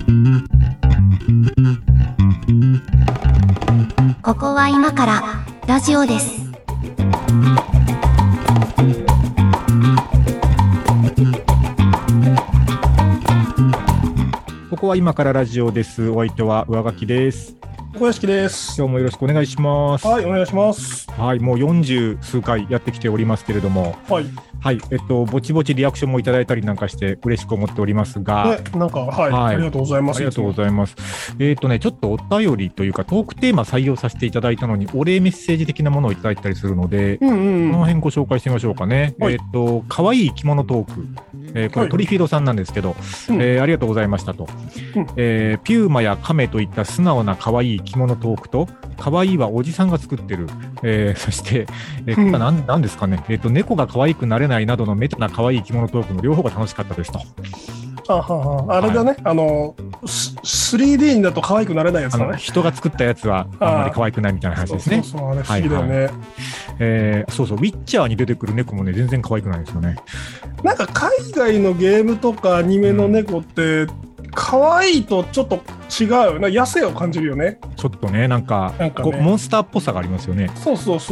ここは今からラジオです。 ここは今からラジオです。お相手は上垣です。 小屋敷です。 今日もよろしくお願いします。 はい、お願いします。 はい、もう40数回やってきておりますけれども、 はい、 はい、ぼちぼちリアクションもいただいたりなんかして嬉しく思っておりますが、 ね、なんか、はい、ありがとうございます。 ありがとうございます。ちょっとお便りというかトークテーマ採用させていただいたのにお礼メッセージ的なものをいただいたりするので、この辺ご紹介してみましょうかね。 はい、 かわいい生き物トーク、これトリフィードさんなんですけど、ありがとうございましたと、ピューマやカメといった素直なかわいい生き物トークと、かわいいはおじさんが作ってる、そして、なんですかね、猫が可愛くなれないなどのメタな可愛い生き物トークの両方が楽しかったですと。 あれだね、3D になると可愛くなれないやつだね。 人が作ったやつはあんまり可愛くないみたいな話ですね。 そう、あれ不思議だよね。 そうそう、ウィッチャーに出てくる猫もね、全然可愛くないですよね。なんか海外のゲームとかアニメの猫って、可愛いとちょっと違うな、野生を感じるよね。 ちょっとね、なんかモンスターっぽさがありますよね。 そう、 ちょっ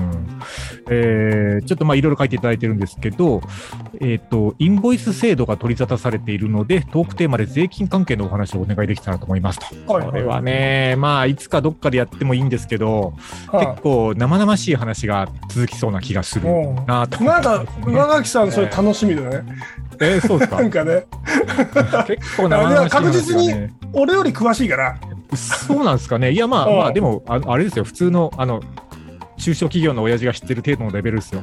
といろいろ書いていただいてるんですけど、インボイス制度が取り沙汰されているので、トークテーマで税金関係のお話をお願いできたらと思いますと。これはね、いつかどっかでやってもいいんですけど、結構生々しい話が続きそうな気がするなと。 なんか上垣さんそれ楽しみだね。 そうですか。 なんかね、 結構生々しい話がね、 確実に俺より詳しいから。 そうなんですかね。いやでもあれですよ、普通の中小企業の親父が知ってる程度のレベルですよ。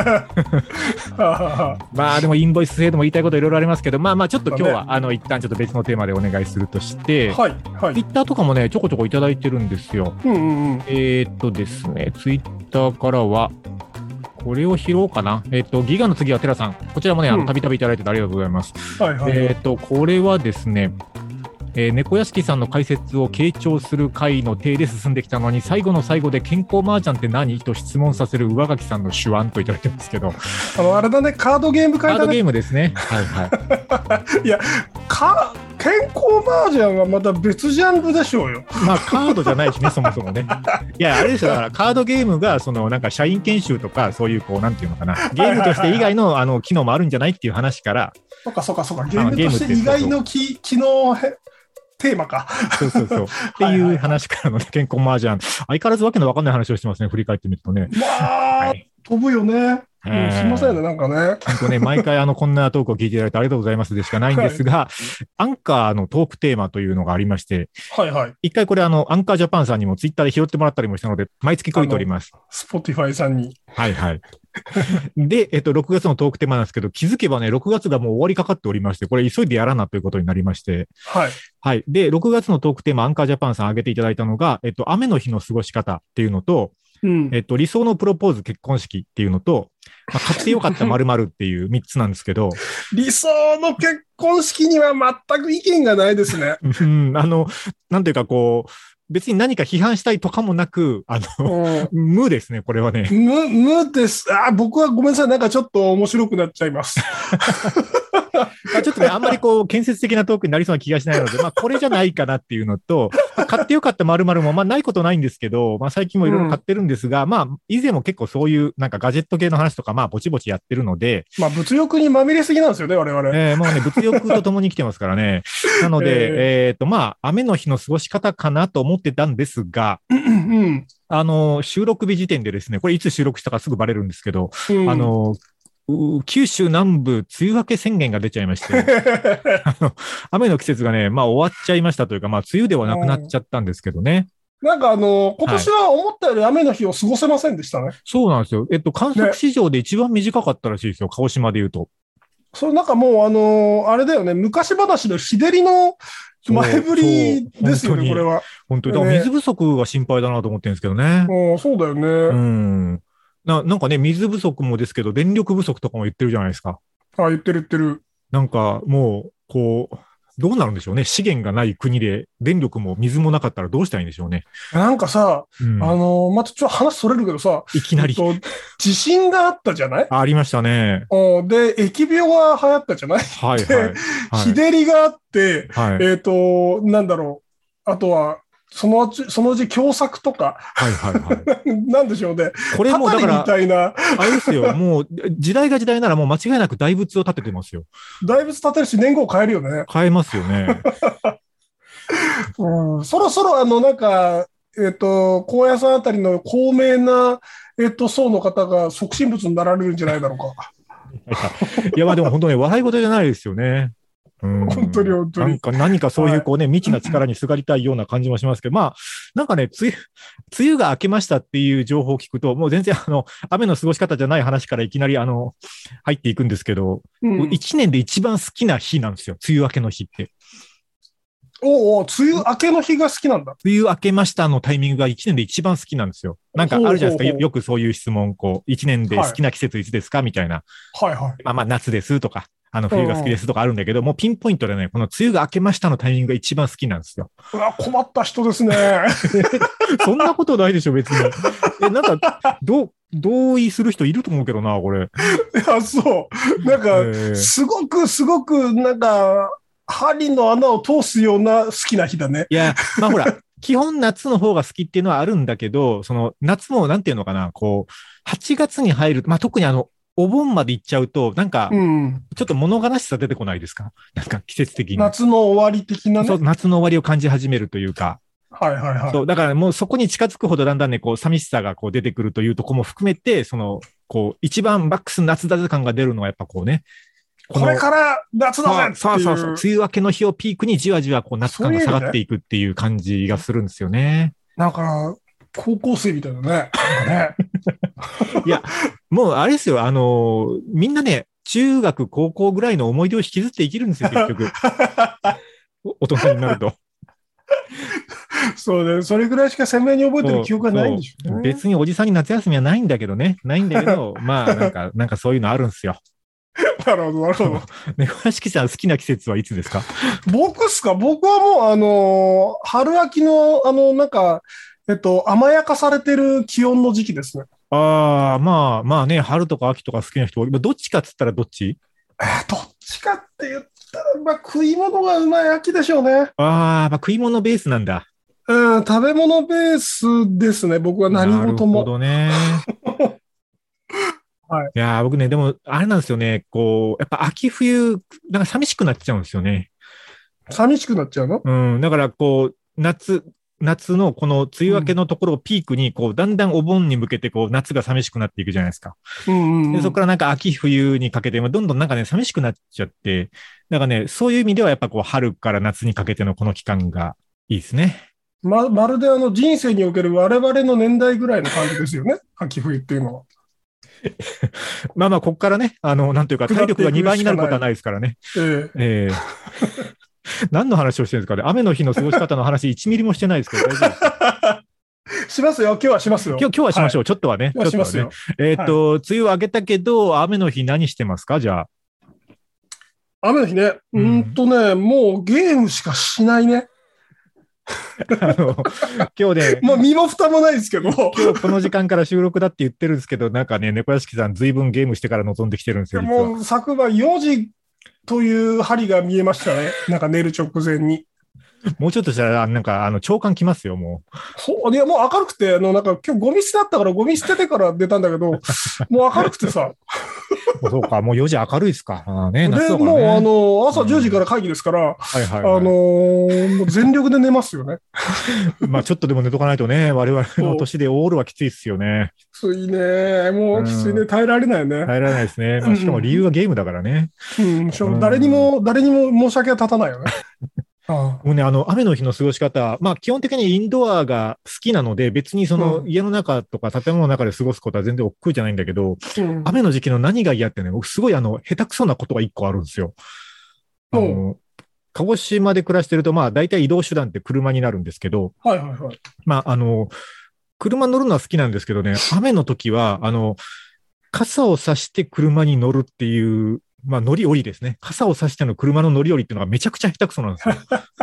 でもインボイス制度も言いたいこといろいろありますけど、ちょっと今日は一旦ちょっと別のテーマでお願いするとして、ツイッターとかもねちょこちょこいただいてるんですよ。ですね、ツイッターからはこれを拾おうかな。ギガの次はテラさん。こちらもね、たびたびいただいててありがとうございます。これはですね、猫屋敷さんの解説を傾聴する回の体で進んできたのに、最後の最後で健康麻雀って何と質問させる上垣さんの手腕といただいてますけど、 あれだね、カードゲーム会だね。 カードゲームですね。 いや、健康麻雀はまた別ジャンルでしょうよ。 カードじゃないしね、そもそもね。いや、あれですよ、だからカードゲームがなんか社員研修とかそういうなんていうのかな、ゲームとして以外の機能もあるんじゃないっていう話から。 そうか、ゲームとして以外の機能テーマか。そうっていう話からの健康麻雀、相変わらずわけのわかんない話をしてますね、振り返ってみるとね。 飛ぶよね。すみませんね、なんかね。 毎回こんなトークを聞いていただいてありがとうございますでしかないんですが、アンカーのトークテーマというのがありまして、一回これアンカージャパンさんにもツイッターで拾ってもらったりもしたので、毎月書いております。 Spotify さんに。 で、6月のトークテーマなんですけど、気づけばね、6月がもう終わりかかっておりまして、これ急いでやらなということになりまして、で、6月のトークテーマ、アンカージャパンさん挙げていただいたのが、雨の日の過ごし方っていうのと、理想のプロポーズ結婚式っていうのと、買ってよかった〇〇っていう3つなんですけど、 理想の結婚式には全く意見がないですね。 なんていうか別に何か批判したいとかもなく、無ですね、これはね。 無です。僕はごめんなさい、なんかちょっと面白くなっちゃいます。 ちょっとね、あんまり建設的なトークになりそうな気がしないので、これじゃないかなっていうのと、買ってよかった〇〇も、ないことないんですけど、最近もいろいろ買ってるんですが、以前も結構そういうなんかガジェット系の話とか、ぼちぼちやってるので。 物欲にまみれすぎなんですよね、我々。 もうね、物欲と共に来てますからね。なので、雨の日の過ごし方かなと思ってたんですが、収録日時点でですね、これいつ収録したかすぐバレるんですけど、九州南部梅雨明け宣言が出ちゃいまして、雨の季節がね、終わっちゃいましたというか、梅雨ではなくなっちゃったんですけどね。 なんか今年は思ったより雨の日を過ごせませんでしたね。 そうなんですよ。観測史上で一番短かったらしいですよ、鹿児島で言うと。 それなんかもうあれだよね、昔話の日照りの前振りですよね、これは。 本当に。水不足が心配だなと思ってるんですけどね。 そうだよね。 なんかね、水不足もですけど、電力不足とかも言ってるじゃないですか。 言ってる。 なんかもう、 どうなるんでしょうね。資源がない国で、電力も水もなかったらどうしたらいいんでしょうね。 なんかさ、またちょっと話それるけどさ、 いきなり。 地震があったじゃない？ ありましたね。 で、疫病が流行ったじゃない？ はいはい。 日照りがあって、 はい、 なんだろう。あとは、そのうち凶作とか。 はいはいはい。 なんでしょうね。 これもだから、 みたいな。 あれですよ。もう、時代が時代ならもう間違いなく大仏を建ててますよ。 大仏建てるし、年号変えるよね。 変えますよね。 そろそろなんか、高野山あたりの高名な、層の方が促進物になられるんじゃないだろうか。 いや、まあでも本当ね、笑い事じゃないですよね。 本当に本当に。 何かそういうこうね、未知な力にすがりたいような感じもしますけど、まあ、なんかね、梅雨が明けましたっていう情報を聞くと、もう全然雨の過ごし方じゃない話からいきなり入っていくんですけど、一年で一番好きな日なんですよ。梅雨明けの日って。 梅雨明けの日が好きなんだ。 梅雨明けましたのタイミングが一年で一番好きなんですよ。なんかあるじゃないですか。よくそういう質問、こう、一年で好きな季節いつですかみたいな。 はいはい。 まあ夏ですとか。冬が好きですとかあるんだけど、もうピンポイントでね、この梅雨が明けましたのタイミングが一番好きなんですよ。 うわ、困った人ですね。 そんなことないでしょ、別に。なんか、同意する人いると思うけどな、これ。いや、そう。なんか、すごく、なんか、針の穴を通すような好きな日だね。 いや、まあほら、基本夏の方が好きっていうのはあるんだけど、その夏もなんていうのかな、こう、8月に入る、まあ特にお盆まで行っちゃうと、なんか、ちょっと物悲しさ出てこないですか？なんか季節的に。 夏の終わり的なね。 そう、夏の終わりを感じ始めるというか。 はいはいはい。 そう、だからもうそこに近づくほどだんだんね、こう、寂しさがこう出てくるというところも含めて、こう、一番マックス夏だぜ感が出るのはやっぱこうね。 これから夏だぜっていう。 そう。梅雨明けの日をピークにじわじわこう夏感が下がっていくっていう感じがするんですよね。 なんか、高校生みたいだね。 いや、もうあれですよ、みんなね、中学、高校ぐらいの思い出を引きずって生きるんですよ、結局。大人になると。 そうね、それぐらいしか鮮明に覚えてる記憶がないんでしょうね。 別におじさんに夏休みはないんだけどね。ないんだけど、まあ、なんかそういうのあるんですよ。 なるほど、なるほど。 猫屋敷さん好きな季節はいつですか？ 僕はもう、春秋の、なんか、甘やかされてる気温の時期ですね。 ああ、まあね、春とか秋とか好きな人、どっちかっつったらどっち？ どっちかって言ったら、まあ、食い物がうまい秋でしょうね。 ああ、まあ食い物ベースなんだ。 食べ物ベースですね、僕は何事も。 なるほどね。 はい。 いや僕ね、でも、あれなんですよね、こう、やっぱ秋冬、なんか寂しくなっちゃうんですよね。 寂しくなっちゃうの？ だからこう、夏のこの梅雨明けのところをピークに、こう、だんだんお盆に向けて、こう、夏が寂しくなっていくじゃないですか。でそこからなんか秋冬にかけて、どんどんなんかね、寂しくなっちゃって、なんかね、そういう意味ではやっぱこう、春から夏にかけてのこの期間がいいですね。 まるで人生における我々の年代ぐらいの感じですよね。秋冬っていうのは。 まあ、ここからね、なんていうか、体力が2倍になることはないですからね。何の話をしてるんですかね。雨の日の過ごし方の話1ミリもしてないですけど、大丈夫ですか？ しますよ。今日はしますよ。 今日はしましょう。ちょっとはね。 しますよ。 梅雨を明けたけど、雨の日何してますか？じゃあ。 雨の日ね。もうゲームしかしないね。 今日ね。 まあ、身も蓋もないですけど。 今日この時間から収録だって言ってるんですけど、なんかね、猫屋敷さん随分ゲームしてから臨んできてるんですよ。 もう昨晩4時という針が見えましたね。なんか寝る直前に。 もうちょっとしたら、なんか、長官来ますよ、もう。 そう、いや、もう明るくて、なんか今日ゴミ捨てだったからゴミ捨ててから出たんだけど、もう明るくてさ。 そうか、もう4時明るいですか。 で、もう朝10時から会議ですから、もう全力で寝ますよね。 まあちょっとでも寝とかないとね、我々の年でオールはきついっすよね。 きついね。もうきついね。耐えられないよね。 耐えられないですね。しかも理由はゲームだからね。 しかも誰にも申し訳は立たないよね。 もうね、雨の日の過ごし方、まあ基本的にインドアが好きなので、別にその家の中とか建物の中で過ごすことは全然億劫じゃないんだけど、雨の時期の何が嫌ってね、僕すごい下手くそなことが一個あるんですよ。鹿児島で暮らしてると、まあ大体移動手段って車になるんですけど、まあ車乗るのは好きなんですけどね、雨の時は、傘を差して車に乗るっていうまあ、乗り降りですね。傘を差しての車の乗り降りっていうのがめちゃくちゃ下手くそなんですよ。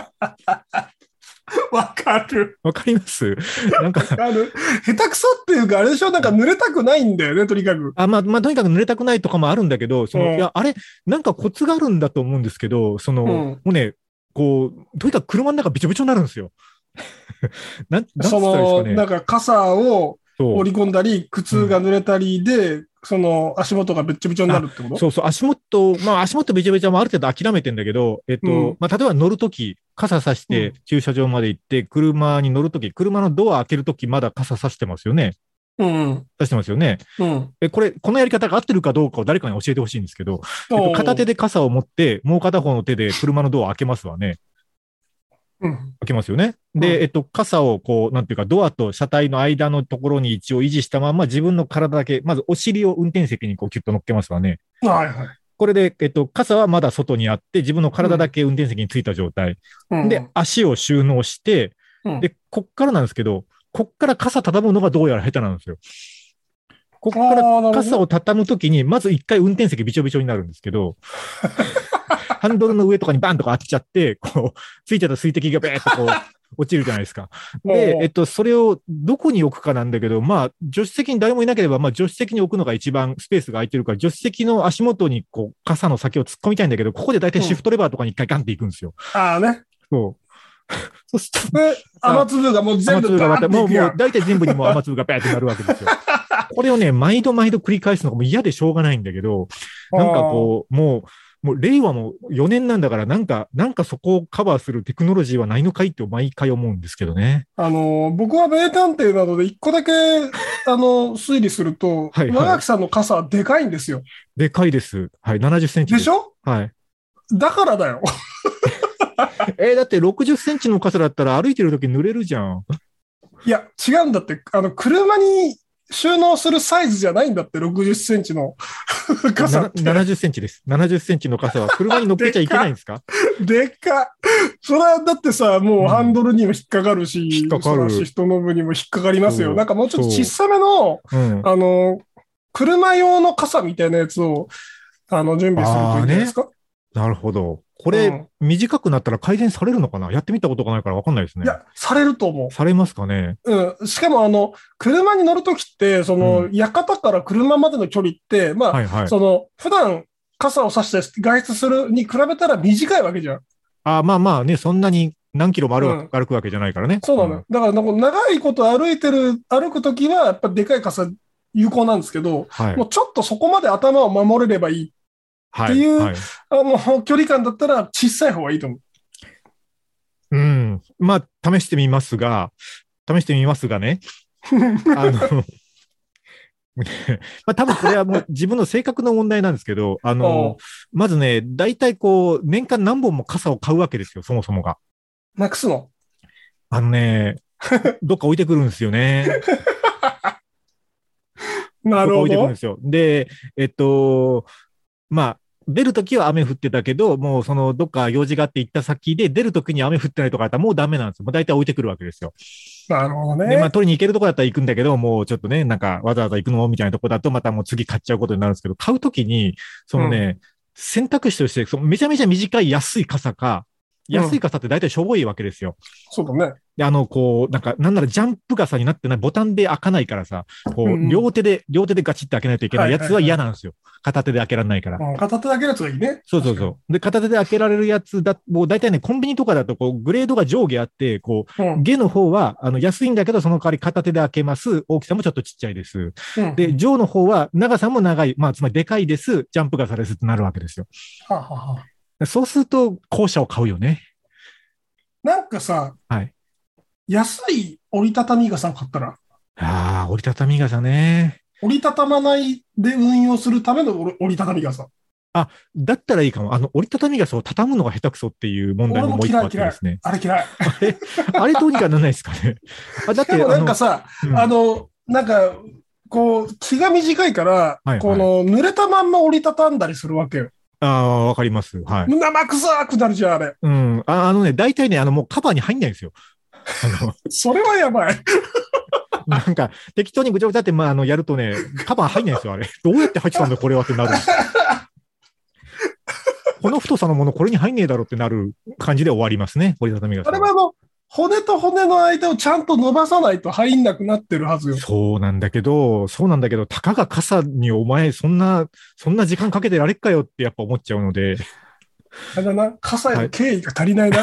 わかる。 わかりますなんか。 下手くそっていうか、あれでしょ、なんか濡れたくないんだよね、とにかく。 まあ、とにかく濡れたくないとかもあるんだけど、いや、あれ、なんかコツがあるんだと思うんですけど、もうね、こう、とにかく車の中びちょびちょになるんですよ。なんか傘を折り込んだり、靴が濡れたりで、足元がべっちょべちょになるってこと？ そうそう、足元べちょべちょもある程度諦めてんだけど、まあ、例えば乗るとき、傘さして駐車場まで行って、車に乗るとき、車のドア開けるとき、まだ傘さしてますよね。さしてますよね。このやり方が合ってるかどうかを誰かに教えてほしいんですけど、片手で傘を持って、もう片方の手で車のドア開けますわね。開けますよね。で、傘をこう、なんていうか、ドアと車体の間のところに一応維持したまま、自分の体だけ、まずお尻を運転席にこうキュッと乗っけますわね。 はいはい。 これで、傘はまだ外にあって、自分の体だけ運転席についた状態。で、足を収納して、で、こっからなんですけど、こっから傘畳むのがどうやら下手なんですよ。こっから傘を畳むときに、まず一回運転席びちょびちょになるんですけど、ハンドルの上とかにバンとか当てちゃって、こう、ついてた水滴がベーっとこう、落ちるじゃないですか。で、それをどこに置くかなんだけど、まあ、助手席に誰もいなければ、まあ、助手席に置くのが一番スペースが空いてるから、助手席の足元にこう、傘の先を突っ込みたいんだけど、ここで大体シフトレバーとかに一回ガンっていくんですよ。 ああね。 そう。 そして、雨粒がもう全部バーってもう大体全部にもう雨粒がバーってなるわけですよ。これをね、毎度繰り返すのがもう嫌でしょうがないんだけど、なんかこう、もう令和も4年なんだから、なんかそこをカバーするテクノロジーはないのかいって毎回思うんですけどね。 僕は名探偵などで一個だけ、推理すると、長木さんの傘はでかいんですよ。 でかいです。はい、70センチでしょ？ はい。 だからだよ。 だって60センチの傘だったら歩いてるとき濡れるじゃん。 いや、違うんだって、車に収納するサイズじゃないんだって、60センチの傘って。 70センチです。70センチの傘は車に乗っけちゃいけないんですか？ でかそれはだってさ、もうハンドルにも引っかかるし、 引っかかる。 シフトノブにも引っかかりますよ。なんかもうちょっと小さめの、車用の傘みたいなやつを、準備するといいんじゃないですか？ なるほど。これ、短くなったら改善されるのかな？やってみたことがないから分かんないですね。 いや、されると思う。 されますかね。 しかも、車に乗るときって、館から車までの距離って、まあ、普段傘を差して外出するに比べたら短いわけじゃん。 まあね、そんなに何キロも歩くわけじゃないからね。 そうなの。だから、長いこと歩くときは、やっぱでかい傘有効なんですけど、もうちょっとそこまで頭を守れればいい。っていう、距離感だったら小さい方がいいと思う。まあ、試してみますがね。まあ、多分これはもう自分の性格の問題なんですけど、まずね、大体こう、年間何本も傘を買うわけですよ、そもそもが。 なくすの？ どっか置いてくるんですよね。 なるほど。 置いてくるんですよ。で、まあ、出るときは雨降ってたけど、もうどっか用事があって行った先で出るときに雨降ってないとかだったらもうダメなんですよ。もう大体置いてくるわけですよ。 なるほどね。 で、まあ取りに行けるとこだったら行くんだけど、もうちょっとね、なんかわざわざ行くのみたいなとこだとまたもう次買っちゃうことになるんですけど、買うときに、選択肢として、めちゃめちゃ短い安い傘か、安い傘って大体しょぼいわけですよ。 そうだね。 で、なんならジャンプ傘になってない、ボタンで開かないからさ、両手でガチって開けないといけないやつは嫌なんですよ。片手で開けられないから。 片手で開けるやつがいいね。 そう。で、片手で開けられるやつもう大体ね、コンビニとかだと、グレードが上下あって、下の方は、安いんだけど、その代わり片手で開けます。大きさもちょっとちっちゃいです。で、上の方は、長さも長い。まあ、つまりでかいです。ジャンプ傘ですってなるわけですよ。そうすると、後者を買うよね。 なんかさ、安い折りたたみ傘買ったら。 折りたたみ傘ね。 折りたたまないで運用するための折りたたみ傘。 だったらいいかも。折りたたみ傘を畳むのが下手くそっていう問題ももう一個あってですね。 あれ嫌い。 あれどうにかならないですかね。 だってなんかさ、なんか、気が短いから、濡れたまんま折りたたんだりするわけよ。 わかります。はい。 生臭くなるじゃん、あれ。 大体ね、もうカバーに入んないんですよ。 それはやばい。 なんか、適当にぐちゃぐちゃって、やるとね、カバー入んないんですよ、あれ。どうやって入ってたんだ、これはってなる。 この太さのものこれに入んねえだろってなる感じで終わりますね、折りたたみ傘。 あれは骨と骨の間をちゃんと伸ばさないと入んなくなってるはずよ。 そうなんだけど、たかが傘にお前そんな時間かけてられっかよってやっぱ思っちゃうので。 あれだな、傘への敬意が足りないな。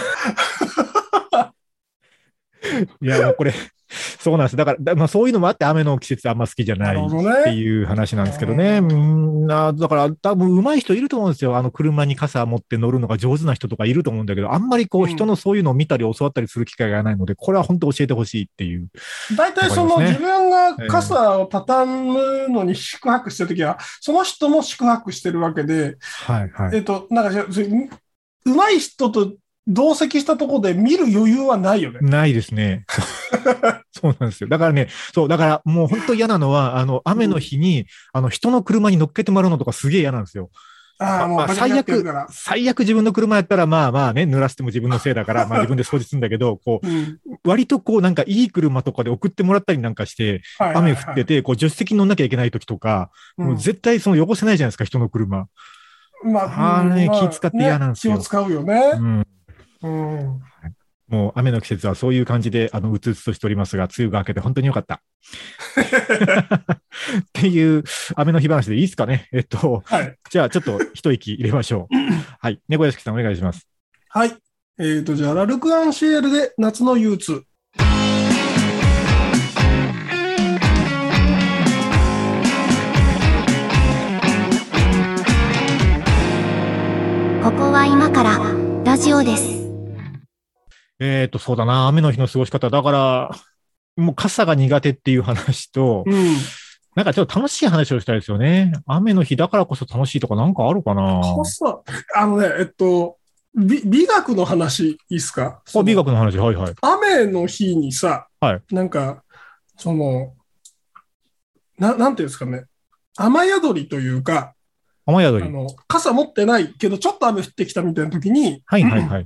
いや、これ、そうなんです。だから、まあそういうのもあって雨の季節あんま好きじゃないっていう話なんですけどね。みんな、だから多分上手い人いると思うんですよ。車に傘持って乗るのが上手な人とかいると思うんだけど、あんまりこう人のそういうのを見たり教わったりする機会がないので、これは本当教えてほしいっていう。 大体その自分が傘を畳むのに宿泊してるときは、その人も宿泊してるわけで、 はいはい。 なんか、上手い人と同席したところで見る余裕はないよね。 ないですね。そうなんですよ。だからね、だからもう本当嫌なのは、雨の日に、人の車に乗っけてもらうのとかすげえ嫌なんですよ。最悪自分の車やったら、まあまあね、濡らしても自分のせいだから、まあ自分で掃除するんだけど、割となんかいい車とかで送ってもらったりなんかして、雨降ってて、助手席に乗んなきゃいけない時とか、もう絶対汚せないじゃないですか、人の車。気使って嫌なんですよ。 気を使うよね。 もう雨の季節はそういう感じで、うつうつとしておりますが、梅雨が明けて本当によかった。っていう雨の日話でいいですかね。じゃあちょっと一息入れましょう。はい。猫屋敷さんお願いします。 はい。じゃあ、ラルクアンシエルで夏の憂鬱。 ここは今からラジオです。 そうだな、雨の日の過ごし方。だから、もう傘が苦手っていう話と、なんかちょっと楽しい話をしたいですよね。雨の日だからこそ楽しいとかなんかあるかな。 傘、美学の話いいっすか？ 美学の話、はいはい。 雨の日にさ、なんか、なんていうんですかね。雨宿りというか、 雨宿り。 傘持ってないけど、ちょっと雨降ってきたみたいな時に、 はいはいはい。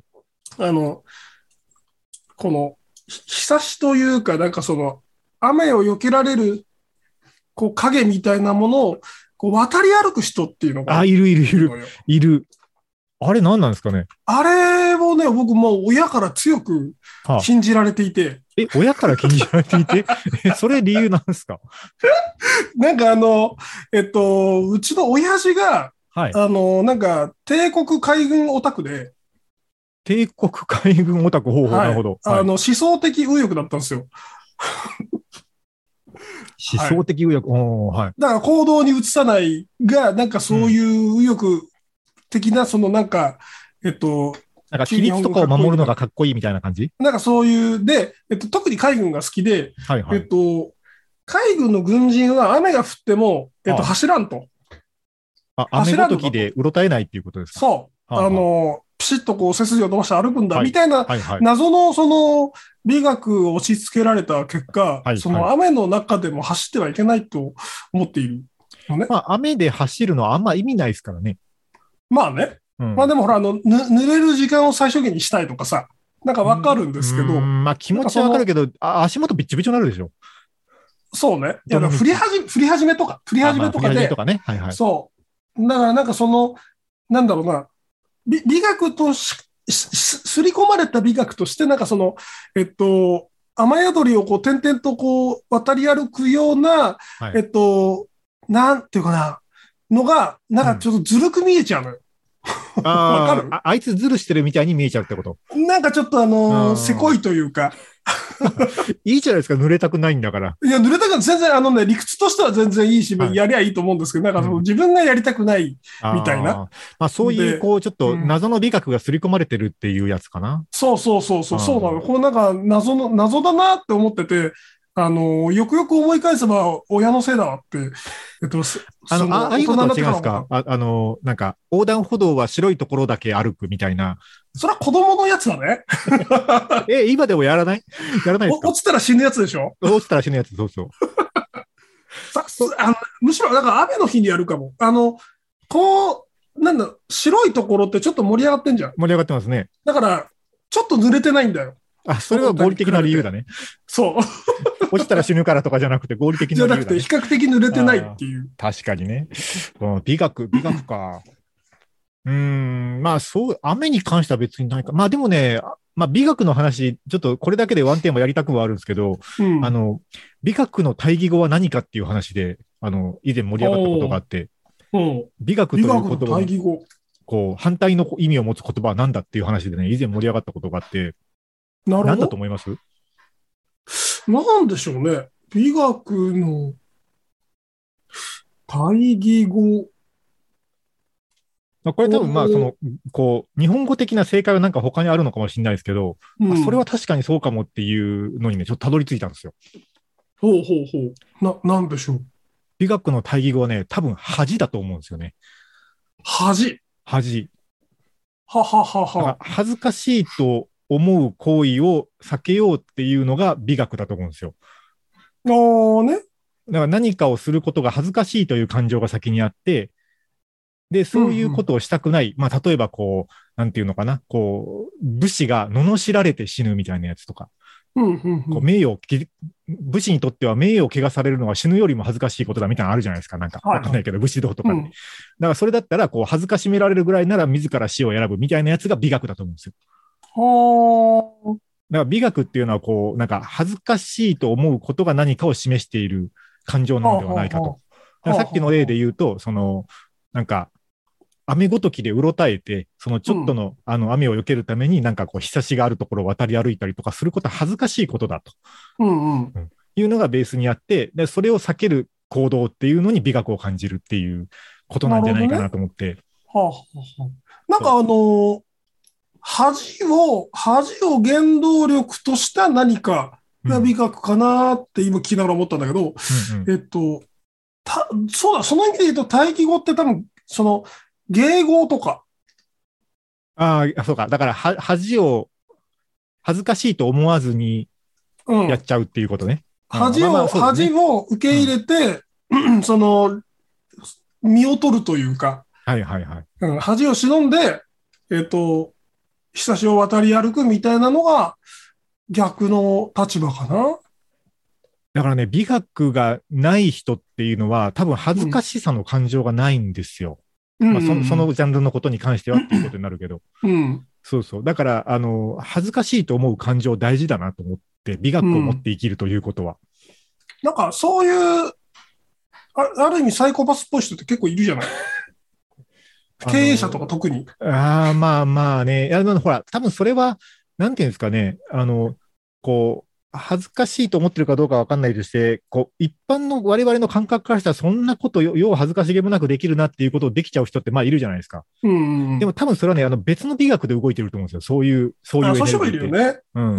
この、日差しというか、なんか雨を避けられる、影みたいなものを、渡り歩く人っていうのが。 いる。あれ何なんですかね。 あれをね、僕もう親から強く信じられていて。 親から禁じられていてそれ理由なんですか？ なんかうちの親父が、なんか帝国海軍オタクで、 帝国海軍オタク、なるほど。 思想的右翼だったんですよ。 思想的右翼、 だから行動に移さないが、なんかそういう右翼的な、なんか、 なんか規律とかを守るのがかっこいいみたいな感じ？ なんかそういう、で、特に海軍が好きで、海軍の軍人は雨が降っても、走らんと。 雨ごときでうろたえないっていうことですか？ そう。ピシッと背筋を伸ばして歩くんだ、みたいな、謎の美学を押し付けられた結果、雨の中でも走ってはいけないと思っているのね。 雨で走るのはあんま意味ないですからね。 まあね。でもほら、濡れる時間を最小限にしたいとかさ、なんかわかるんですけど。 気持ちはわかるけど、足元ビッチビチになるでしょ。 そうね。いや、降り始めとかで。そう。だからなんかなんだろうな、美学とすり込まれた美学として、なんか雨宿りを点々と渡り歩くような、なんていうかな、のが、なんかちょっとずるく見えちゃうのよ。わかる？ あいつずるしてるみたいに見えちゃうってこと？ なんかちょっとせこいというか。 いいじゃないですか、濡れたくないんだから。 いや、濡れたくない。全然理屈としては全然いいし、やりゃいいと思うんですけど、なんか自分がやりたくないみたいな。 そういう、ちょっと謎の美学が刷り込まれてるっていうやつかな。 そうなの。これなんか謎だなって思ってて、よくよく思い返せば親のせいだわって。 ああいうのとは違うんですか？なんか、横断歩道は白いところだけ歩くみたいな。 それは子供のやつだね。 今でもやらないですか？ 落ちたら死ぬやつでしょ？ 落ちたら死ぬやつ、そう。 むしろ、だから雨の日にやるかも。なんだ、白いところってちょっと盛り上がってんじゃん。 盛り上がってますね。 だから、ちょっと濡れてないんだよ。 それは合理的な理由だね。 そう。 落ちたら死ぬからとかじゃなくて合理的な理由だね。 じゃなくて、比較的濡れてないっていう。 確かにね。美学か。 まあそう、雨に関しては別にないか。まあでもね、まあ美学の話、ちょっとこれだけでワンテーマやりたくはあるんですけど、美学の対義語は何かっていう話で、以前盛り上がったことがあって、美学という言葉のこう、反対の意味を持つ言葉は何だっていう話でね、以前盛り上がったことがあって、何だと思います？ なんでしょうね。美学の対義語。 これ多分こう、日本語的な正解はなんか他にあるのかもしれないですけど、それは確かにそうかもっていうのにね、ちょっとたどり着いたんですよ。 ほうほうほう。なんでしょう。 美学の対義語はね、多分恥だと思うんですよね。 恥。はははは。 恥ずかしいと思う行為を避けようっていうのが美学だと思うんですよ。 ね。 だから何かをすることが恥ずかしいという感情が先にあって、で、そういうことをしたくない。まあ、例えばこう、なんていうのかな。こう、武士が罵られて死ぬみたいなやつとか。こう名誉を、武士にとっては名誉を汚されるのは死ぬよりも恥ずかしいことだみたいなのあるじゃないですか。なんか、わかんないけど、武士道とかで。だからそれだったら、こう、恥ずかしめられるぐらいなら自ら死を選ぶみたいなやつが美学だと思うんですよ。だから美学っていうのは、こう、なんか恥ずかしいと思うことが何かを示している感情なのではないかと。さっきの例で言うと、なんか、雨ごときでうろたえて、そのちょっとの、雨を避けるために、なんかこう、日差しがあるところを渡り歩いたりとかすることは恥ずかしいことだと。いうのがベースにあって、で、それを避ける行動っていうのに美学を感じるっていうことなんじゃないかなと思って。 なんか恥を原動力とした何かが美学かなって今聞きながら思ったんだけど、そうだ、その意味で言うと対義語って多分、迎合とか。 そうか。だから、恥を、恥ずかしいと思わずにやっちゃうっていうことね。 恥を受け入れて、身を取るというか。恥を忍んで、ひさしを渡り歩くみたいなのが逆の立場かな。 だからね、美学がない人っていうのは多分恥ずかしさの感情がないんですよ。そのジャンルのことに関してはっていうことになるけど。そうそう。だから、恥ずかしいと思う感情大事だなと思って、美学を持って生きるということは。 なんか、そういう、ある意味サイコパスっぽい人って結構いるじゃない経営者とか特に。 まあまあね。ほら、多分それは、なんていうんですかね。こう、恥ずかしいと思ってるかどうかわかんないとして、こう、一般の我々の感覚からしたらそんなことよう恥ずかしげもなくできるなっていうことをできちゃう人ってまあいるじゃないですか。でも多分それはね、別の美学で動いてると思うんですよ。そういうエネルギーって。 そういう人もいるよね。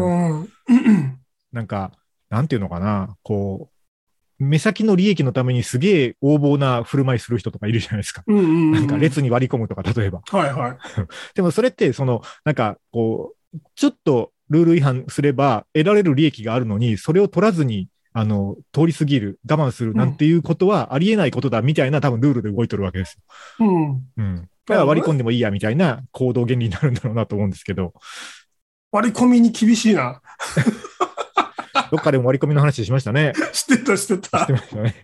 なんか、なんていうのかな、こう、目先の利益のためにすげえ横暴な振る舞いする人とかいるじゃないですか。なんか列に割り込むとか、例えば。でもそれって、なんか、こう、ちょっと、ルール違反すれば得られる利益があるのに、それを取らずに、通り過ぎる、我慢するなんていうことはありえないことだみたいな多分ルールで動いてるわけですよ。だから割り込んでもいいやみたいな行動原理になるんだろうなと思うんですけど。 割り込みに厳しいな。 どっかでも割り込みの話しましたね。 してた。してましたね。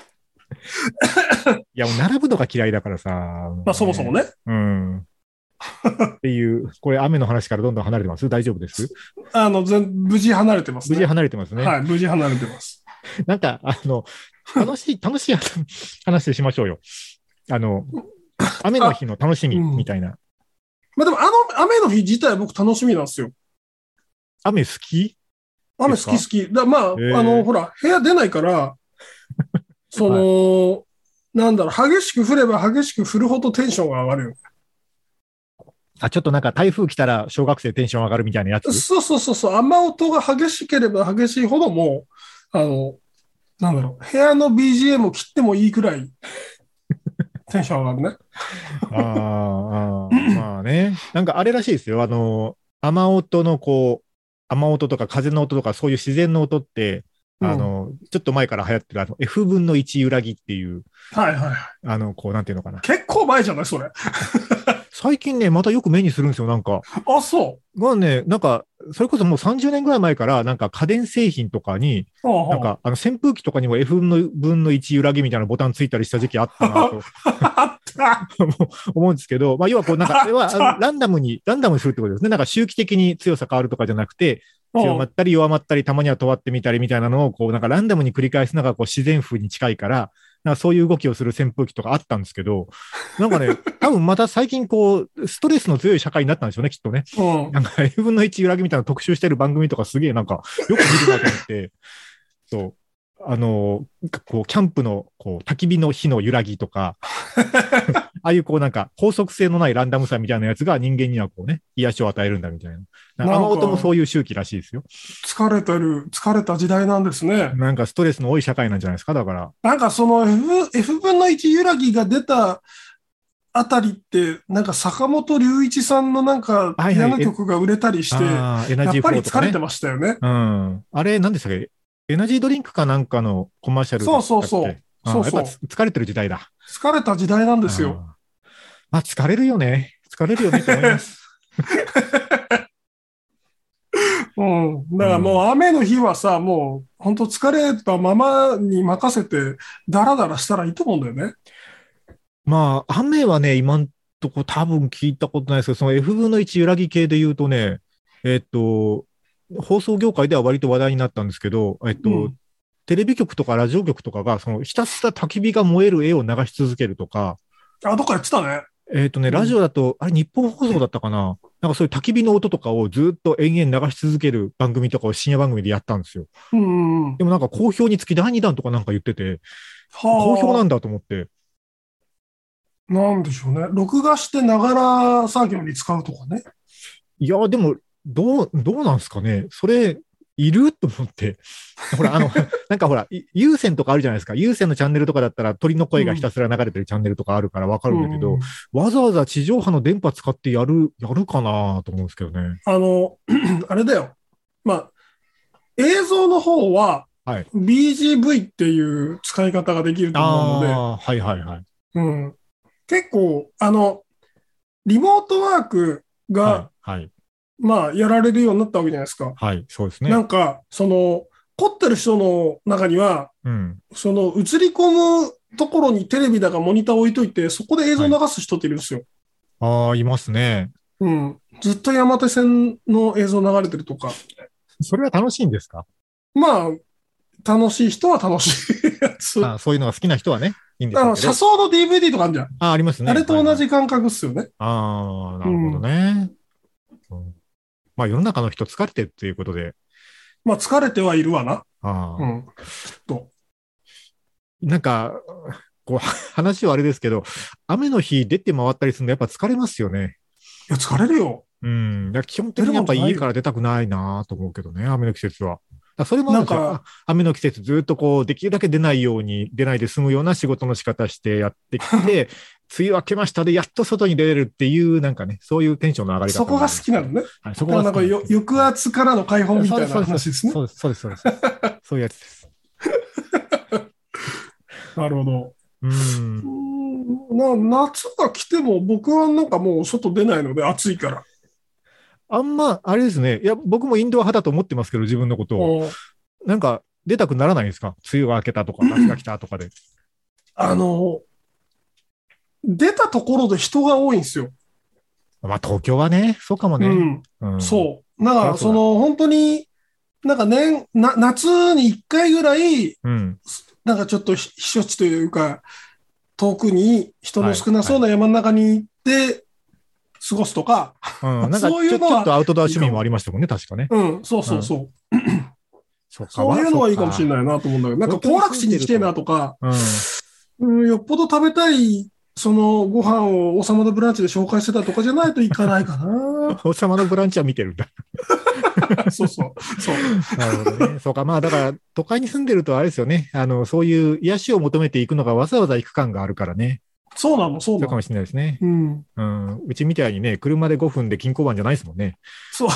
いや、もう並ぶのが嫌いだからさ。 まあそもそもね。 っていう、これ雨の話からどんどん離れてます？大丈夫です？ 無事離れてますね。 無事離れてますね。 はい、無事離れてます。 なんか、楽しい話しましょうよ。雨の日の楽しみみたいな。 まあでも雨の日自体は僕楽しみなんですよ。 雨好き？ 雨好き。まあ、ほら、部屋出ないから、なんだろう、激しく降れば激しく降るほどテンションが上がるよ。 ちょっとなんか台風来たら小学生テンション上がるみたいなやつ？ そう。雨音が激しければ激しいほどもう、なんだろう、部屋の BGM を切ってもいいくらいテンション上がるね。 まあね。なんかあれらしいですよ。雨音の雨音とか風の音とかそういう自然の音って、ちょっと前から流行ってるF 分の1揺らぎっていう。なんていうのかな。 結構前じゃないそれ。 最近ね、またよく目にするんですよ、なんか。 そうがね、なんか、それこそもう30年ぐらい前から、なんか家電製品とかに、なんか、扇風機とかにも F 分の1揺らぎみたいなボタンついたりした時期あったなと。 あっ思うんですけど、まあ、要はこう、なんか、ランダムにするってことですね。なんか周期的に強さ変わるとかじゃなくて、強まったり弱まったり、たまには止まってみたりみたいなのを、こう、なんかランダムに繰り返すのが、こう、自然風に近いから、なんかそういう動きをする扇風機とかあったんですけど、なんかね、多分また最近こう、ストレスの強い社会になったんでしょうね、きっとね。なんか F 分の1揺らぎみたいな特集してる番組とかすげえなんか、よく見るなと思って、そう。こう、キャンプの、こう、焚き火の火の揺らぎとか、ああいうこうなんか、法則性のないランダムさみたいなやつが人間にはこうね、癒しを与えるんだみたいな。雨音もそういう周期らしいですよ。 疲れた時代なんですね。 なんかストレスの多い社会なんじゃないですか、だから。 なんかその F 分の1揺らぎが出たあたりって、なんか坂本龍一さんのなんか嫌な曲が売れたりして、やっぱり疲れてましたよね。 うん。あれ、何でしたっけ？エナジードリンクかなんかのコマーシャルそうそう。やっぱ疲れてる時代だ。 疲れた時代なんですよ。 まあ、疲れるよねと思います。 うん。だからもう雨の日はさ、もう本当疲れたままに任せて、ダラダラしたらいいと思うんだよね。 まあ、雨はね、今んとこ多分聞いたことないですけど、その F 分の1揺らぎ系で言うとね、放送業界では割と話題になったんですけど、テレビ局とかラジオ局とかが、そのひたすら焚き火が燃える絵を流し続けるとか。 どっかやってたね。 ラジオだと、あれ日本放送だったかな、なんかそういう焚き火の音とかをずっと延々流し続ける番組とかを深夜番組でやったんですよ。でもなんか好評につき第2弾とかなんか言ってて、好評なんだと思って。 なんでしょうね。録画してながら作業に使うとかね。 いや、でも、どうなんですかね。それ、いると思って。ほら、なんかほら、有線とかあるじゃないですか。有線のチャンネルとかだったら鳥の声がひたすら流れてるチャンネルとかあるからわかるんだけど、わざわざ地上波の電波使ってやるかなと思うんですけどね。 あれだよ。まあ、映像の方は、BGV っていう使い方ができると思うので、 はいはいはい。 結構、リモートワークが、まあ、やられるようになったわけじゃないですか。 はい、そうですね。 なんか、凝ってる人の中には、その映り込むところにテレビだかモニター置いといて、そこで映像流す人っているんですよ。 いますね。 ずっと山手線の映像流れてるとか。 それは楽しいんですか？ まあ、楽しい人は楽しいやつ。 そういうのが好きな人はね、いいんですけど。 車窓の DVD とかあるじゃん。 ありますね。 あれと同じ感覚っすよね。 なるほどね。まあ世の中の人疲れてるっていうことで。 まあ疲れてはいるわな。 きっと。なんか、こう、話はあれですけど、雨の日出て回ったりするのやっぱ疲れますよね。 いや、疲れるよ。 基本的にやっぱ家から出たくないなと思うけどね、雨の季節は。それもなんか、雨の季節ずっとこう、できるだけ出ないで済むような仕事の仕方してやってきて、梅雨明けましたで、やっと外に出れるっていう、なんかね、そういうテンションの上がり方。 そこが好きなのね。そこがなんか抑圧からの解放みたいな話ですね。 そうです。そういうやつです。 なるほど。夏が来ても僕はなんかもう外出ないので暑いから。 あんま、あれですね。いや、僕もインドア派だと思ってますけど、自分のことを。なんか、出たくならないんですか？梅雨が明けたとか、夏が来たとかで。 出たところで人が多いんですよ。 まあ、東京はね、そうかもね。 そう。だから、本当に、なんか夏に1回ぐらい、なんかちょっと避暑地というか、遠くに人の少なそうな山の中に行って過ごすとか、 なんかそういうのはちょっとアウトドア趣味もありましたもんね、確かね。 そう。そういうのはいいかもしれないなと思うんだけど、なんか行楽地に来てえなとか、よっぽど食べたい、そのご飯を王様のブランチで紹介してたとかじゃないといかないかな。 王様のブランチは見てるんだ。 そう。 なるほどね。そうか。まあ、だから、都会に住んでるとあれですよね。そういう癒しを求めていくのがわざわざ行く感があるからね。 そうなの。 そうかもしれないですね。うちみたいにね、車で5分で金庫番じゃないですもんね。 そう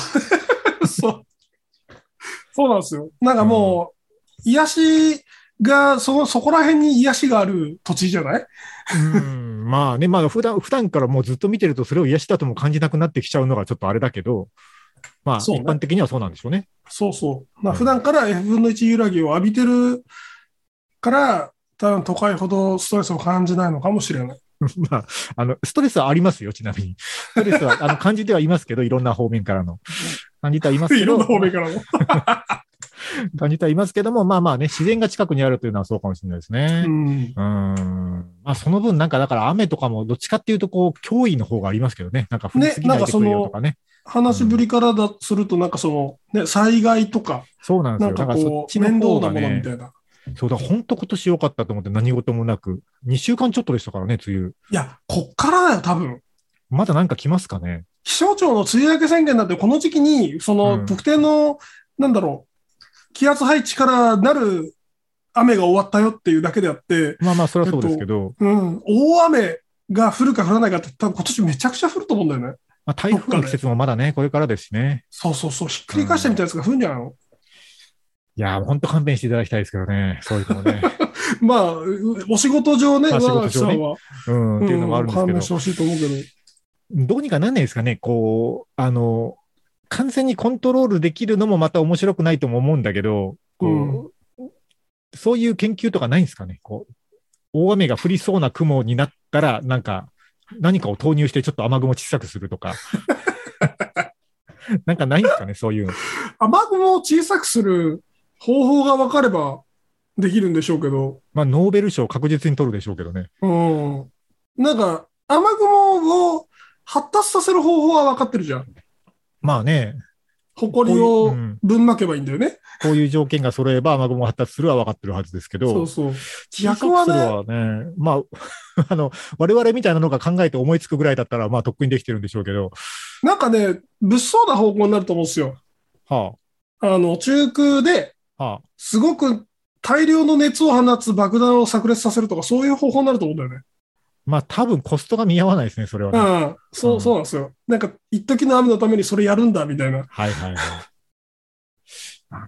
なんですよ。なんかもう、癒しが、そこら辺に癒しがある土地じゃない？ まあね、まあ普段からもうずっと見てるとそれを癒しだとも感じなくなってきちゃうのがちょっとあれだけど、まあ一般的にはそうなんでしょうね。 そう。まあ普段から F 分の1揺らぎを浴びてるから、多分都会ほどストレスを感じないのかもしれない。 まあ、ストレスはありますよ、ちなみに。ストレスは、感じてはいますけど、いろんな方面からの。感じてはいますけど。 いろんな方面からの。 感じてはいますけども、まあまあね、自然が近くにあるというのはそうかもしれないですね。まあ、その分、なんか、だから雨とかも、どっちかっていうと、こう、脅威の方がありますけどね。なんか降りすぎないでくれよとかね。 話ぶりからだすると、なんかね、災害とか。 そうなんですよ。 なんかこう、面倒なものみたいな。 そうだ、本当今年良かったと思って何事もなく、2週間ちょっとでしたからね、梅雨。いや、こっからだよ、多分。 まだなんか来ますかね。 気象庁の梅雨明け宣言なんて、この時期に、特定の、なんだろう、気圧配置からなる雨が終わったよっていうだけであって、 まあまあ、それはそうですけど、 大雨が降るか降らないかって、多分今年めちゃくちゃ降ると思うんだよね。 まあ、台風の季節もまだね、これからですしね。 そうそうそう、ひっくり返したみたいなやつが降るんじゃないの？ いやー、本当勘弁していただきたいですけどね、そういうのね。 まあ、お仕事上ね、 仕事上ね。っていうのもあるんですけど。 勘弁してほしいと思うけど。 どうにかなんないですかね、こう、完全にコントロールできるのもまた面白くないとも思うんだけど、そういう研究とかないんですかね、こう、大雨が降りそうな雲になったら、なんか、何かを投入してちょっと雨雲を小さくするとか。なんかないんですかね、そういうの。 雨雲を小さくする方法が分かればできるんでしょうけど。 まあ、ノーベル賞確実に取るでしょうけどね。 なんか、雨雲を発達させる方法は分かってるじゃん。 まあね。 埃をぶんまけばいいんだよね。 こういう条件が揃えば雨雲発達するは分かってるはずですけど。 そう。 逆はね、まあ、我々みたいなのが考えて思いつくぐらいだったら、まあ、とっくにできてるんでしょうけど。 なんかね、物騒な方向になると思うんですよ。中空で、すごく大量の熱を放つ爆弾を炸裂させるとか、そういう方法になると思うんだよね。 まあ、多分コストが見合わないですね、それはね。 そうなんですよ。なんか、一時の雨のためにそれやるんだ、みたいな。 はいはいはい。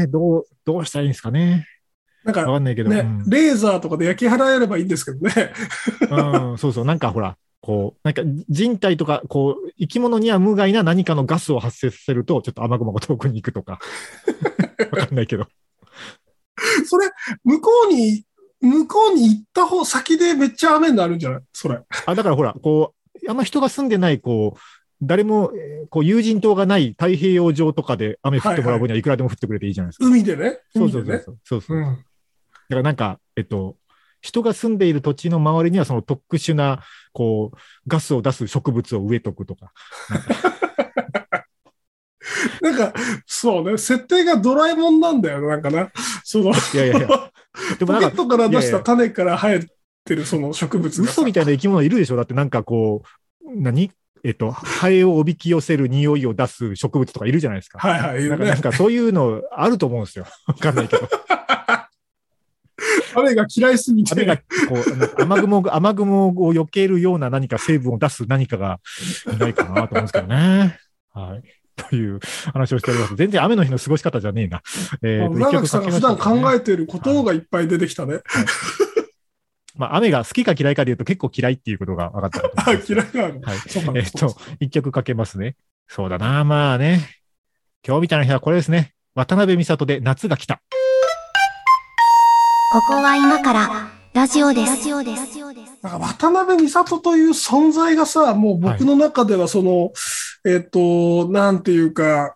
どうしたらいいんですかね。 なんか、 わかんないけど。 レーザーとかで焼き払えればいいんですけどね。 そうそう。なんかほら、こう、なんか人体とか、こう、生き物には無害な何かのガスを発生させると、ちょっと雨雲が遠くに行くとか。わかんないけど。 それ、向こうに行った方、先でめっちゃ雨になるんじゃない？それ。 だからほら、こう、あんま人が住んでない、こう、誰も、こう、有人島がない太平洋上とかで雨降ってもらう分にはいくらでも降ってくれていいじゃないですか。 海でね。 そう。だからなんか、人が住んでいる土地の周りにはその特殊な、こう、ガスを出す植物を植えとくとか。 なんか、そうね、設定がドラえもんなんだよ、なんかな。いや。 でもポケットから出した種から生えてるその植物が。 嘘みたいな生き物いるでしょ？だってなんかこう、ハエをおびき寄せる匂いを出す植物とかいるじゃないですか。 はい、いるね。 なんかそういうのあると思うんですよ。わかんないけど。 雨が嫌いすぎて。 雨が、こう、雨雲を避けるような何か成分を出す何かがいないかなと思うんですけどね。はい。という話をしております。全然雨の日の過ごし方じゃねえな。 長木さんが普段考えていることがいっぱい出てきたね。 まあ、雨が好きか嫌いかで言うと結構嫌いっていうことが分かったと思います。 嫌いなの？ はい。一曲かけますね。そうだな。まあね。今日みたいな日はこれですね。渡辺美里で夏が来た。 ここは今からラジオです。 なんか渡辺美里という存在がさ、もう僕の中ではなんていうか、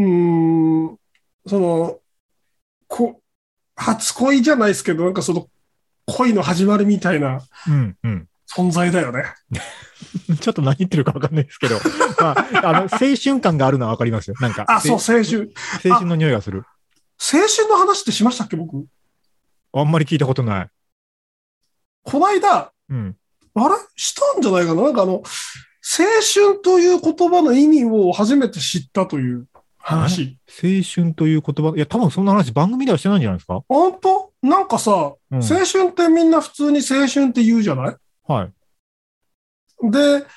初恋じゃないですけど、なんかその恋の始まりみたいな存在だよね。 ちょっと何言ってるか分かんないですけど、まあ、青春感があるのは分かりますよ。なんか。 そう、青春の匂いがする。 青春の話ってしましたっけ、僕。 あんまり聞いたことない。 こないだ、あれしたんじゃないかな。なんか青春という言葉の意味を初めて知ったという話。 青春という言葉、いや、多分そんな話番組ではしてないんじゃないですか？ 本当？なんかさ、青春ってみんな普通に青春って言うじゃない？ はい。 で、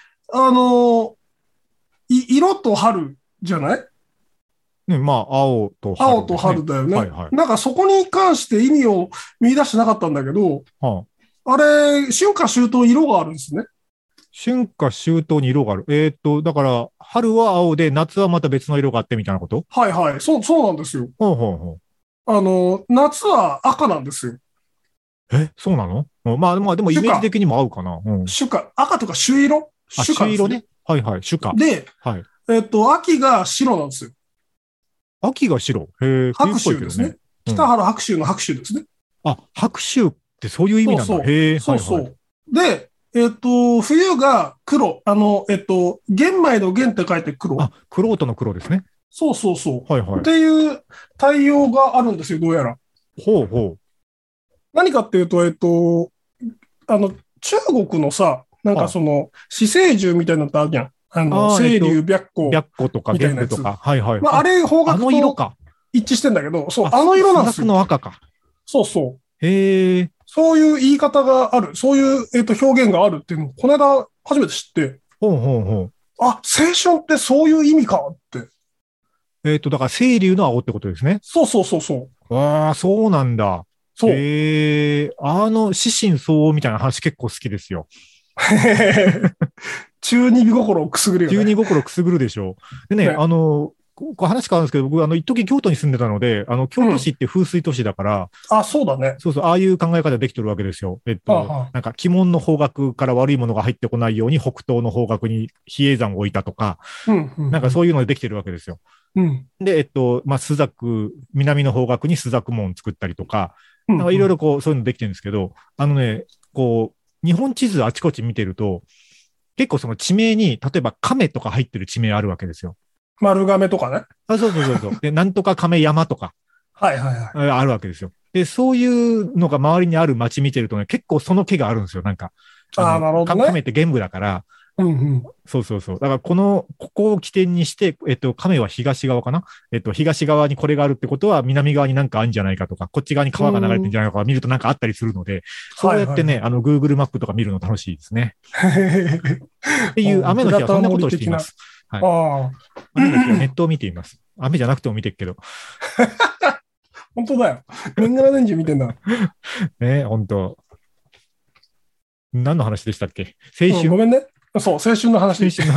色と春じゃない？ ね、まあ、青と春、 ね。青と春だよね。なんかそこに関して意味を見出してなかったんだけど、あれ、春夏秋冬色があるんですね。 春夏秋冬に色がある。だから、春は青で、夏はまた別の色があってみたいなこと？ はい。そうなんですよ。夏は赤なんですよ。 そうなの？まあでもイメージ的にも合うかな。 朱夏、赤とか朱色？ 朱色ね。はいはい、朱夏。 で、 はい。 秋が白なんですよ。 秋が白。 白秋ですね。北原白秋の白秋ですね。 白秋ってそういう意味なんだ。 そうそう。で、冬が黒。玄米の玄って書いて黒。 玄人の黒ですね。 そうそうそう。 はいはい。 っていう対応があるんですよ、どうやら。 ほうほう。 何かっていうと、中国のさ、なんか死生獣みたいなのってあるじゃん。清流白虎。 白虎とか玄武とか。はいはい。 まあ、あれ、方角と一致してんだけど、そう、あの色なんですよ。 の赤か。 そうそう。 へえ。 そういう言い方がある。そういう、表現があるっていうのを、この間初めて知って。 ほうほうほう。 青春ってそういう意味かって。 だから清流の青ってことですね。 そうそうそうそう。 そうなんだ。 そう。 四神相応みたいな話結構好きですよ。 中二心をくすぐるよね。 中二心くすぐるでしょう。でね、話変わるんですけど、僕、一時京都に住んでたので、京都市って風水都市だから、 そうだね。 そうそう、ああいう考え方できてるわけですよ。なんか、鬼門の方角から悪いものが入ってこないように、北東の方角に比叡山を置いたとか、なんかそういうのでできてるわけですよ。で、南の方角に朱雀門作ったりとか、なんかいろいろそういうのできてるんですけど、日本地図あちこち見てると、結構その地名に、例えば亀とか入ってる地名あるわけですよ。 丸亀とかね。 そうそうそう。で、なんとか亀山とか。 はいはいはい。 あるわけですよ。で、そういうのが周りにある町見てるとね、結構その気があるんですよ、なんか。 なるほどね。 亀って玄武だから。そうそうそう。だからここを起点にして、亀は東側かな。東側にこれがあるってことは、南側になんかあるんじゃないかとか、こっち側に川が流れてるんじゃないかとか見るとなんかあったりするので、そうやってね、Google マップとか見るの楽しいですね。っていう雨の日はそんなことをしています。はい。雨の日はネットを見ています。雨じゃなくても見てるけど。 本当だよ。年がら年中見てんだ。 ね、本当。何の話でしたっけ？青春。 ごめんね。そう、青春の話。 渡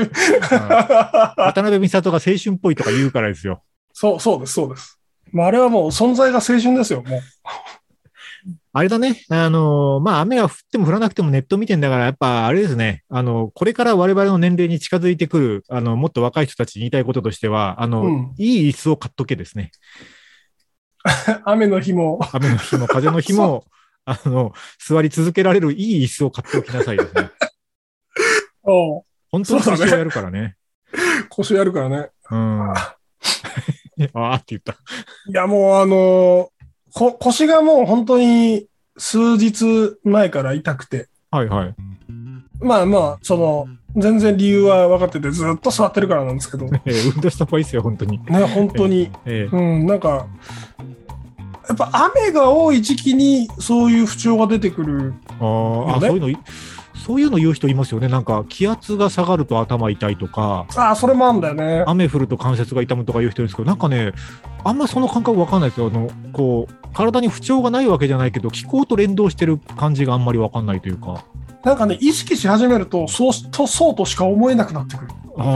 辺美里が青春っぽいとか言うからですよ。 そうです、そうです。あれはもう存在が青春ですよ、もう。 あれだね。雨が降っても降らなくてもネット見てんだから、やっぱあれですね。これから我々の年齢に近づいてくる、もっと若い人たちに言いたいこととしては、いい椅子を買っとけですね。 雨の日も。 風の日も、座り続けられるいい椅子を買っておきなさいですね。本当に腰をやるからね。 腰をやるからね。 って言った。 いや、もう腰がもう本当に数日前から痛くて。 はいはい。 まあ、全然理由は分かっててずっと座ってるからなんですけど。 運動した方がいいですよ、本当に。 ね、本当に。なんか、やっぱ雨が多い時期にそういう不調が出てくる、ね。 そういうの言う人いますよね。なんか気圧が下がると頭痛いとか。 それもあるんだよね。 雨降ると関節が痛むとか言う人いるんですけど、なんかね、あんまその感覚わかんないですよ。体に不調がないわけじゃないけど、気候と連動してる感じがあんまりわかんないというか。 なんかね、意識し始めると、そうとしか思えなくなってくる。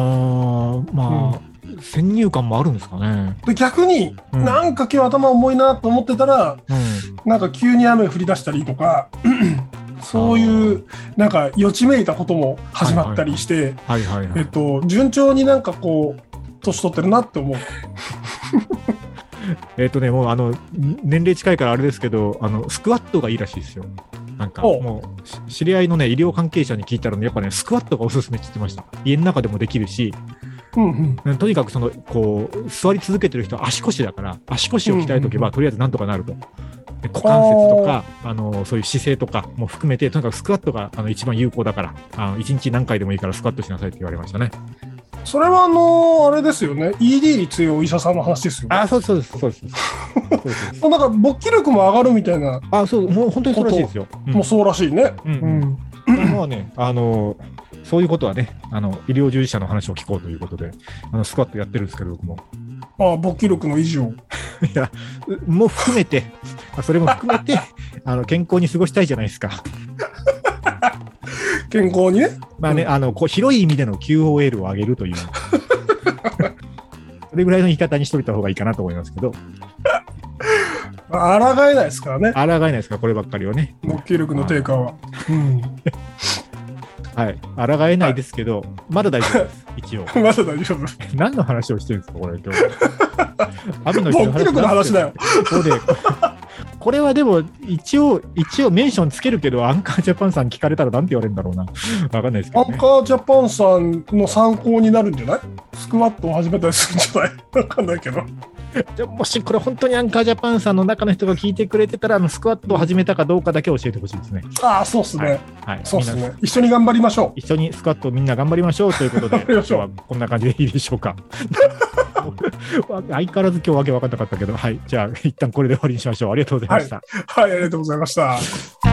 先入観もあるんですかね。 で逆に、なんか今日頭重いなと思ってたら、なんか急に雨降り出したりとか、そういうなんか予知めいたことも始まったりして、順調になんか年取ってるなって思う。 もう年齢近いからあれですけど、スクワットがいいらしいですよ。なんかもう知り合いのね医療関係者に聞いたらね、やっぱねスクワットがおすすめって言ってました。家の中でもできるし。とにかく座り続けてる人は足腰だから、足腰を鍛えとけばとりあえずなんとかなると。股関節とかそういう姿勢とかも含めて、とにかくスクワットが一番有効だから、1日何回でもいいからスクワットしなさいって言われましたね。 それはあれですよね。ED に強いお医者さんの話ですよね。 そうです。 なんか勃起力も上がるみたいな。 もう本当にそうらしいですよ。 もうそうらしいね。 まあね、そういうことはね、医療従事者の話を聞こうということで、スクワットやってるんですけど、僕も。 勃起力の維持を。 いや、も含めて、それも含めて、健康に過ごしたいじゃないですか。 健康にね。 まあね、広い意味での QOL を上げるという。それぐらいの言い方にしといた方がいいかなと思いますけど。 抗えないですからね。 抗えないですか、こればっかりはね。 目球力の低下は。 はい。抗えないですけど、まだ大丈夫です。一応。 まだ大丈夫。 何の話をしてるんですか、これ。 目球力の話だよ。 これはでも、一応メンションつけるけど、アンカージャパンさん聞かれたらなんて言われるんだろうな。わかんないですけど、ね。 アンカージャパンさんの参考になるんじゃない？スクワットを始めたりするんじゃない？わかんないけど。 じゃもしこれ本当にアンカージャパンさんの中の人が聞いてくれてたら、スクワットを始めたかどうかだけ教えてほしいですね。 ああ、そうっすね。 はい。 そうっすね。一緒に頑張りましょう。 一緒にスクワットをみんな頑張りましょうということで、今日はこんな感じでいいでしょうか。相変わらず今日わけ分かんなかったけど、はい。じゃあ、一旦これで終わりにしましょう。ありがとうございました。 はい、ありがとうございました。